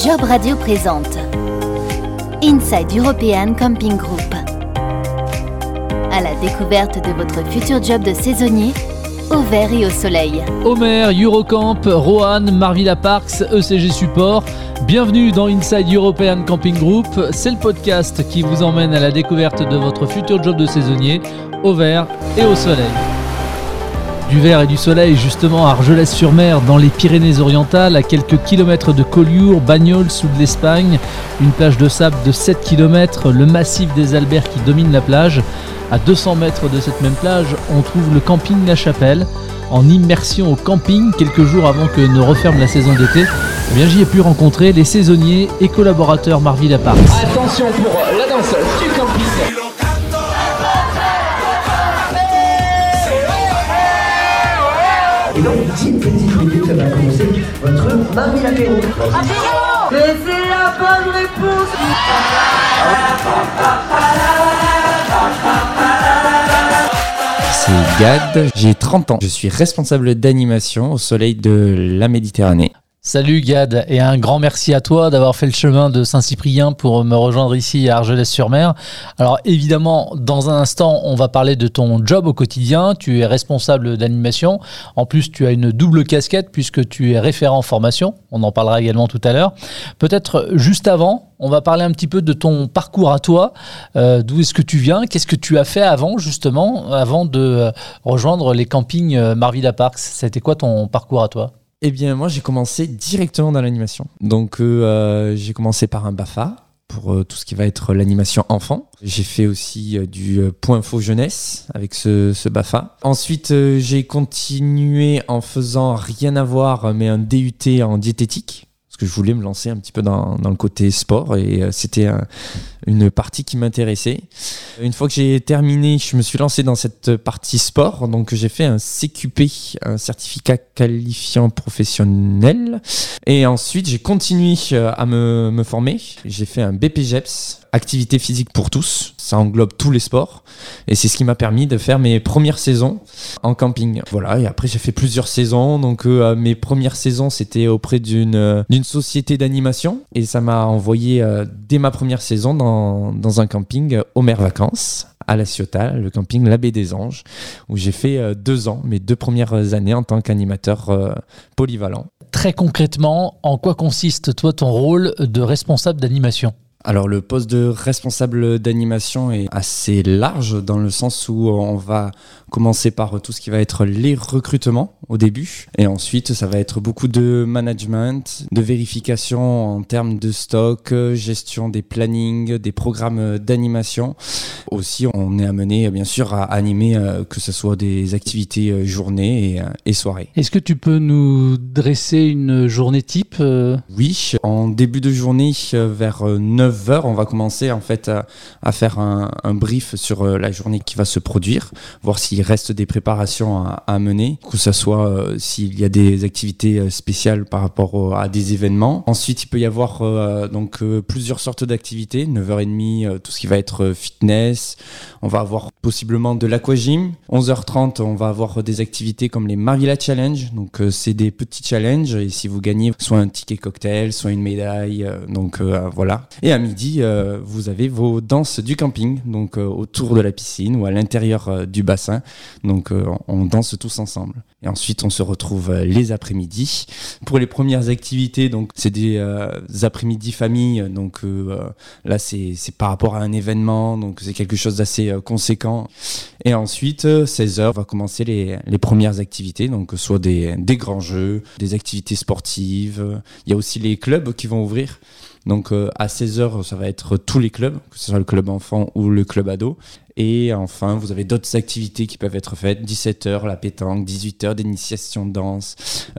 Job Radio présente Inside European Camping Group. À la découverte de votre futur job de saisonnier, au vert et au soleil. Omer, Eurocamp, Rohan, Marvilla Parks, ECG Support. Bienvenue dans Inside European Camping Group. C'est le podcast qui vous emmène à la découverte de votre futur job de saisonnier, au vert et au soleil. Du vert et du soleil justement à Argelès-sur-Mer dans les Pyrénées-Orientales, à quelques kilomètres de Collioure, Bagnols ou de l'Espagne, une plage de sable de 7 km, le massif des Alberts qui domine la plage. À 200 mètres de cette même plage, on trouve le camping La Chapelle. En immersion au camping, quelques jours avant que ne referme la saison d'été, j'y ai pu rencontrer les saisonniers et collaborateurs Marvilla Parks. Attention pour la danse du camping. Et donc, 10 petites minutes, ça va commencer votre Marvilla Apéro. Apéro! Mais c'est la bonne réponse! C'est Gad, j'ai 30 ans. Je suis responsable d'animation au soleil de la Méditerranée. Salut Gad, et un grand merci à toi d'avoir fait le chemin de Saint-Cyprien pour me rejoindre ici à Argelès-sur-Mer. Alors évidemment, dans un instant, on va parler de ton job au quotidien. Tu es responsable d'animation. En plus, tu as une double casquette puisque tu es référent formation. On en parlera également tout à l'heure. Peut-être juste avant, on va parler un petit peu de ton parcours à toi. D'où est-ce que tu viens? Qu'est-ce que tu as fait avant, justement, avant de rejoindre les campings Marvilla Parks? C'était quoi ton parcours à toi? Eh bien, moi, j'ai commencé directement dans l'animation. Donc, j'ai commencé par un BAFA pour tout ce qui va être l'animation enfant. J'ai fait aussi du point info jeunesse avec ce BAFA. Ensuite, j'ai continué en faisant rien à voir, mais un DUT en diététique. Parce que je voulais me lancer un petit peu dans le côté sport et c'était une partie qui m'intéressait. Une fois que j'ai terminé, je me suis lancé dans cette partie sport. Donc j'ai fait un CQP, un certificat qualifiant professionnel. Et ensuite, j'ai continué à me former. J'ai fait un BPGEPS, activité physique pour tous. Ça englobe tous les sports. Et c'est ce qui m'a permis de faire mes premières saisons en camping. Voilà, et après j'ai fait plusieurs saisons. Donc mes premières saisons, c'était auprès d'une société d'animation. Et ça m'a envoyé dès ma première saison dans un camping Omer Vacances à La Ciotat, le camping La Baie des Anges, où j'ai fait 2 ans, mes 2 premières années en tant qu'animateur polyvalent. Très concrètement, en quoi consiste toi ton rôle de responsable d'animation ? Alors le poste de responsable d'animation est assez large dans le sens où on va commencer par tout ce qui va être les recrutements au début et ensuite ça va être beaucoup de management, de vérification en termes de stock, gestion des plannings, des programmes d'animation. Aussi on est amené bien sûr à animer que ce soit des activités journées et soirées. Est-ce que tu peux nous dresser une journée type ? Oui, en début de journée vers 9h, on va commencer en fait à faire un brief sur la journée qui va se produire, voir s'il reste des préparations à mener, que ce soit s'il y a des activités spéciales par rapport à des événements. Ensuite, il peut y avoir plusieurs sortes d'activités, 9h30, tout ce qui va être fitness. On va avoir possiblement de l'aquagym. 11h30, on va avoir des activités comme les Marvilla Challenge. Donc, c'est des petits challenges et si vous gagnez soit un ticket cocktail, soit une médaille, voilà. Et à midi, vous avez vos danses du camping, donc autour de la piscine ou à l'intérieur du bassin. Donc on danse tous ensemble. Et ensuite on se retrouve les après-midi. Pour les premières activités, donc c'est des après-midi famille. Donc là c'est par rapport à un événement, donc c'est quelque chose d'assez conséquent. Et ensuite 16h, on va commencer les premières activités, donc soit des grands jeux, des activités sportives. Il y a aussi les clubs qui vont ouvrir. Donc à 16h, ça va être tous les clubs, que ce soit le club enfant ou le club ado. Et enfin, vous avez d'autres activités qui peuvent être faites. 17h, la pétanque, 18h, d'initiation de danse.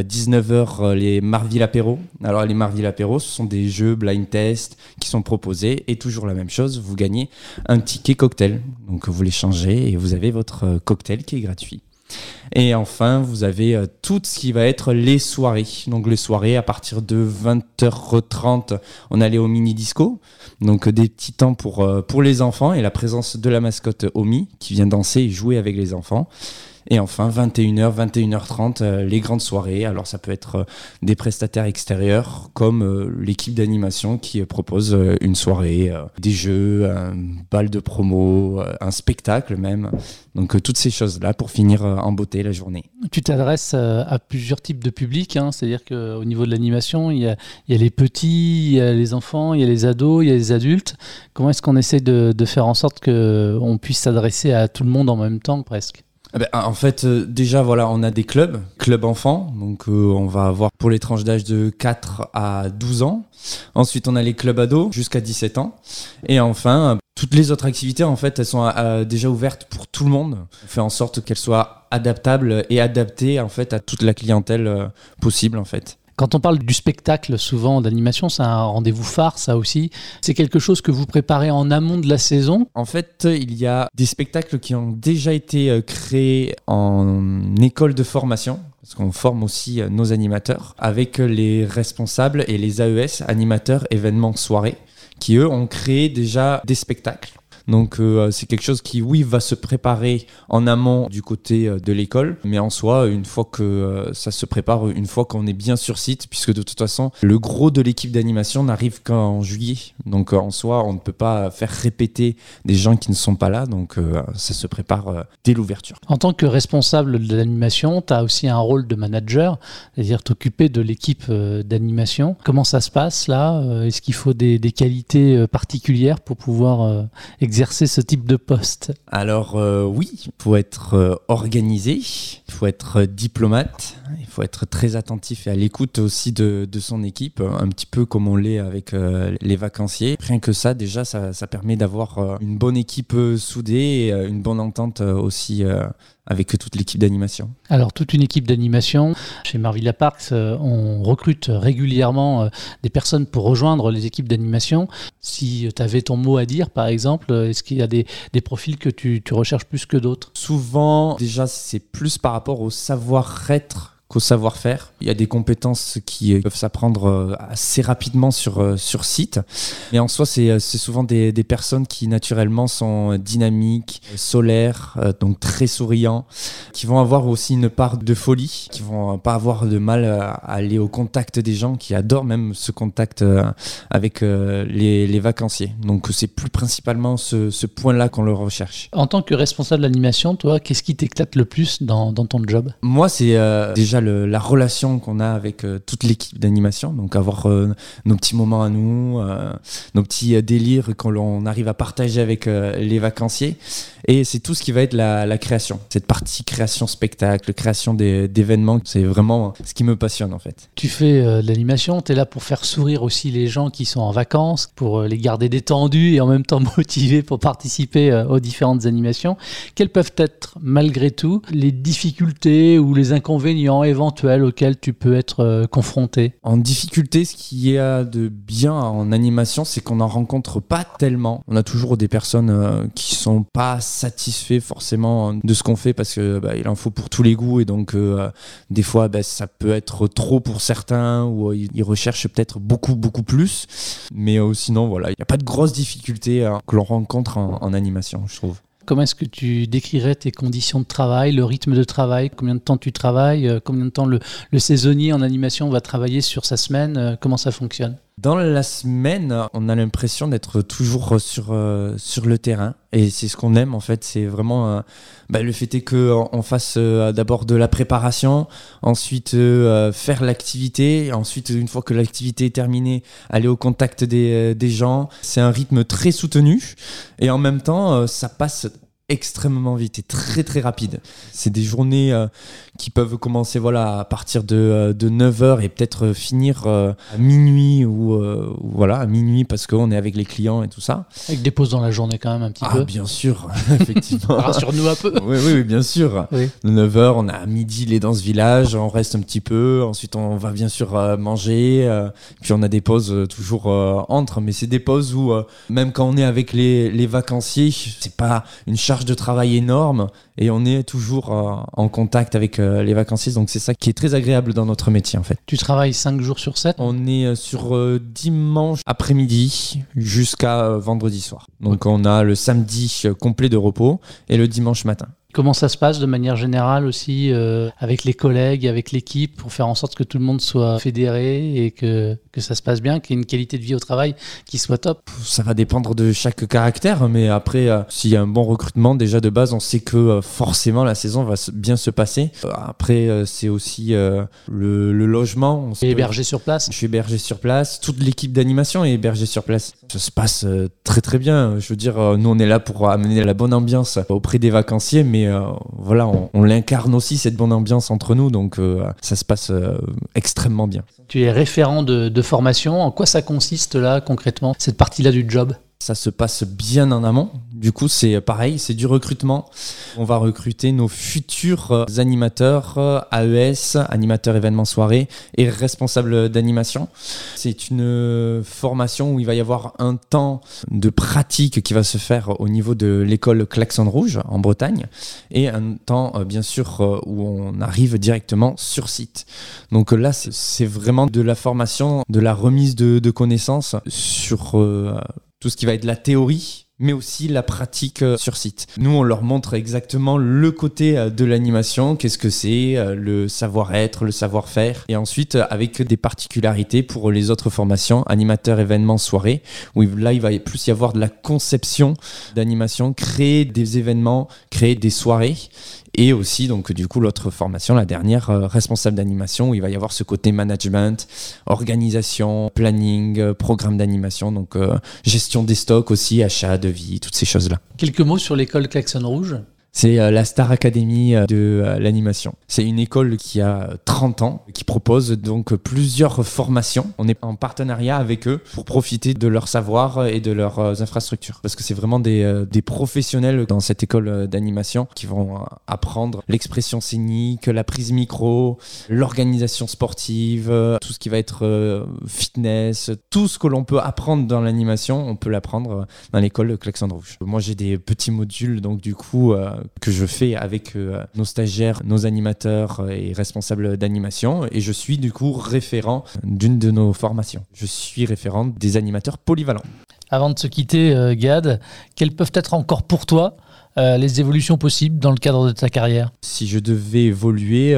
19h, les Marvilla Apéro. Alors les Marvilla Apéro, ce sont des jeux blind test qui sont proposés. Et toujours la même chose, vous gagnez un ticket cocktail. Donc vous les changez et vous avez votre cocktail qui est gratuit. Et enfin, vous avez tout ce qui va être les soirées. Donc les soirées, à partir de 20h30, on allait au mini-disco. Donc des petits temps pour les enfants et la présence de la mascotte Omi qui vient danser et jouer avec les enfants. Et enfin, 21h, 21h30, les grandes soirées. Alors ça peut être des prestataires extérieurs comme l'équipe d'animation qui propose une soirée, des jeux, un bal de promo, un spectacle même. Donc toutes ces choses-là pour finir en beauté la journée. Tu t'adresses à plusieurs types de publics, hein, c'est-à-dire qu'au niveau de l'animation, il y a les petits, il y a les enfants, il y a les ados, il y a les adultes. Comment est-ce qu'on essaie de faire en sorte qu'on puisse s'adresser à tout le monde en même temps presque ? En fait, déjà, voilà, on a des clubs enfants. Donc, on va avoir pour les tranches d'âge de 4 à 12 ans. Ensuite, on a les clubs ados jusqu'à 17 ans. Et enfin, toutes les autres activités, en fait, elles sont déjà ouvertes pour tout le monde. On fait en sorte qu'elles soient adaptables et adaptées, en fait, à toute la clientèle possible, en fait. Quand on parle du spectacle, souvent d'animation, c'est un rendez-vous phare, ça aussi. C'est quelque chose que vous préparez en amont de la saison ? En fait, il y a des spectacles qui ont déjà été créés en école de formation, parce qu'on forme aussi nos animateurs, avec les responsables et les AES, animateurs, événements, soirées, qui eux ont créé déjà des spectacles. Donc c'est quelque chose qui, oui, va se préparer en amont du côté de l'école, mais en soi, une fois que ça se prépare, une fois qu'on est bien sur site, puisque de toute façon, le gros de l'équipe d'animation n'arrive qu'en juillet. Donc en soi, on ne peut pas faire répéter des gens qui ne sont pas là, donc ça se prépare dès l'ouverture. En tant que responsable de l'animation, tu as aussi un rôle de manager, c'est-à-dire t'occuper de l'équipe d'animation. Comment ça se passe là ? Est-ce qu'il faut des qualités particulières pour pouvoir exercer ce type de poste ? Alors oui, il faut être organisé, il faut être diplomate, il faut être très attentif et à l'écoute aussi de son équipe, un petit peu comme on l'est avec les vacanciers. Rien que ça, déjà, ça permet d'avoir une bonne équipe soudée et une bonne entente aussi avec toute l'équipe d'animation. Alors, toute une équipe d'animation. Chez Marvilla Parks, on recrute régulièrement des personnes pour rejoindre les équipes d'animation. Si tu avais ton mot à dire, par exemple, est-ce qu'il y a des profils que tu recherches plus que d'autres ? Souvent, déjà, c'est plus par rapport au savoir-être qu'au savoir-faire. Il y a des compétences qui peuvent s'apprendre assez rapidement sur site. Mais en soi, c'est souvent des personnes qui naturellement sont dynamiques, solaires, donc très souriants, qui vont avoir aussi une part de folie, qui vont pas avoir de mal à aller au contact des gens, qui adorent même ce contact avec les vacanciers. Donc c'est plus principalement ce point-là qu'on le recherche. En tant que responsable d'animation, toi, qu'est-ce qui t'éclate le plus dans ton job ? Moi, c'est déjà la relation qu'on a avec toute l'équipe d'animation, donc avoir nos petits moments à nous, nos petits délires qu'on arrive à partager avec les vacanciers, et c'est tout ce qui va être la création, cette partie création spectacle, création d'événements, c'est vraiment ce qui me passionne en fait. Tu fais de l'animation, tu es là pour faire sourire aussi les gens qui sont en vacances, pour les garder détendus et en même temps motivés pour participer aux différentes animations. Quelles peuvent être malgré tout les difficultés ou les inconvénients éventuels auxquels tu peux être confronté ? En difficulté, ce qu'il y a de bien en animation, c'est qu'on n'en rencontre pas tellement. On a toujours des personnes qui sont pas satisfaits forcément de ce qu'on fait parce que il en faut pour tous les goûts et donc des fois ça peut être trop pour certains ou ils recherchent peut-être beaucoup plus. Mais sinon voilà, il n'y a pas de grosses difficultés que l'on rencontre en animation, je trouve. Comment est-ce que tu décrirais tes conditions de travail, le rythme de travail ? Combien de temps tu travailles ? Combien de temps le saisonnier en animation va travailler sur sa semaine ? Comment ça fonctionne ? Dans la semaine, on a l'impression d'être toujours sur le terrain et c'est ce qu'on aime en fait, c'est vraiment le fait est qu'on fasse d'abord de la préparation, ensuite faire l'activité, ensuite une fois que l'activité est terminée, aller au contact des gens. C'est un rythme très soutenu et en même temps ça passe extrêmement vite et très très rapide. C'est des journées qui peuvent commencer à partir de 9h et peut-être finir à minuit ou à minuit parce qu'on est avec les clients et tout ça. Avec des pauses dans la journée quand même un petit peu. Ah bien sûr, effectivement. Rassure-nous un peu. Oui, bien sûr. Oui. 9h, on a à midi les danses village, on reste un petit peu, ensuite on va bien sûr manger, puis on a des pauses toujours entre, mais c'est des pauses où même quand on est avec les vacanciers, c'est pas une charge de travail énorme et on est toujours en contact avec les vacanciers, donc c'est ça qui est très agréable dans notre métier en fait. Tu travailles 5 jours sur 7 ? On est sur dimanche après-midi jusqu'à vendredi soir. Donc on a le samedi complet de repos et le dimanche matin. Comment ça se passe de manière générale aussi avec les collègues, avec l'équipe, pour faire en sorte que tout le monde soit fédéré et que ça se passe bien, qu'il y ait une qualité de vie au travail qui soit top? Ça va dépendre de chaque caractère, mais après, s'il y a un bon recrutement, déjà de base, on sait que forcément la saison va bien se passer. Après, c'est aussi le logement. Tu es hébergé sur place? Je suis hébergé sur place. Toute l'équipe d'animation est hébergée sur place. Ça se passe très très bien. Je veux dire, nous on est là pour amener la bonne ambiance auprès des vacanciers, mais voilà, on l'incarne aussi, cette bonne ambiance entre nous, donc ça se passe extrêmement bien. Tu es référent de formation. En quoi ça consiste là concrètement, cette partie-là du job? Ça se passe bien en amont. Du coup, c'est pareil, c'est du recrutement. On va recruter nos futurs animateurs AES, animateurs événements soirées et responsables d'animation. C'est une formation où il va y avoir un temps de pratique qui va se faire au niveau de l'école Klaxon Rouge en Bretagne et un temps, bien sûr, où on arrive directement sur site. Donc là, c'est vraiment de la formation, de la remise de connaissances sur tout ce qui va être la théorie, mais aussi la pratique sur site. Nous, on leur montre exactement le côté de l'animation, qu'est-ce que c'est, le savoir-être, le savoir-faire. Et ensuite, avec des particularités pour les autres formations, animateurs, événements, soirées, où là, il va plus y avoir de la conception d'animation, créer des événements, créer des soirées. Et aussi, donc, du coup, l'autre formation, la dernière, responsable d'animation, où il va y avoir ce côté management, organisation, planning, programme d'animation, donc gestion des stocks aussi, achat, devis, toutes ces choses-là. Quelques mots sur l'école Klaxon Rouge. C'est la Star Academy de l'animation. C'est une école qui a 30 ans, qui propose donc plusieurs formations. On est en partenariat avec eux pour profiter de leur savoir et de leurs infrastructures. Parce que c'est vraiment des professionnels dans cette école d'animation qui vont apprendre l'expression scénique, la prise micro, l'organisation sportive, tout ce qui va être fitness, tout ce que l'on peut apprendre dans l'animation, on peut l'apprendre dans l'école Klaxon Rouge. Moi, j'ai des petits modules, donc du coup, que je fais avec nos stagiaires, nos animateurs et responsables d'animation, et je suis du coup référent d'une de nos formations. Je suis référent des animateurs polyvalents. Avant de se quitter, Gad, quelles peuvent être encore pour toi les évolutions possibles dans le cadre de ta carrière? Si je devais évoluer,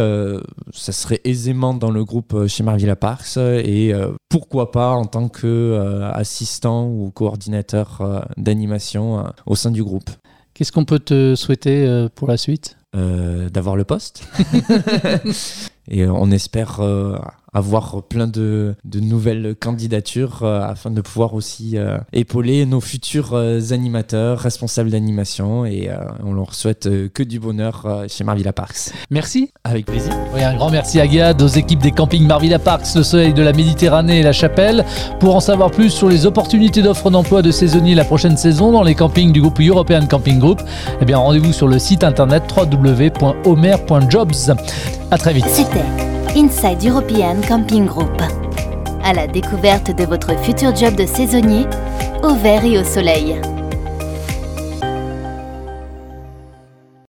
ça serait aisément dans le groupe chez Marvilla Parks et pourquoi pas en tant qu'assistant ou coordinateur d'animation au sein du groupe. Qu'est-ce qu'on peut te souhaiter pour la suite ? D'avoir le poste. Et on espère avoir plein de nouvelles candidatures afin de pouvoir aussi épauler nos futurs animateurs, responsables d'animation, et on leur souhaite que du bonheur chez Marvilla Parks. Merci. Avec plaisir. Oui, un grand merci à Gad, aux équipes des campings Marvilla Parks, le Soleil de la Méditerranée et la Chapelle. Pour en savoir plus sur les opportunités d'offres d'emploi de saisonniers la prochaine saison dans les campings du groupe European Camping Group, eh bien rendez-vous sur le site internet www.omer.jobs. À très vite. C'était Inside European Camping Group. À la découverte de votre futur job de saisonnier, au vert et au soleil.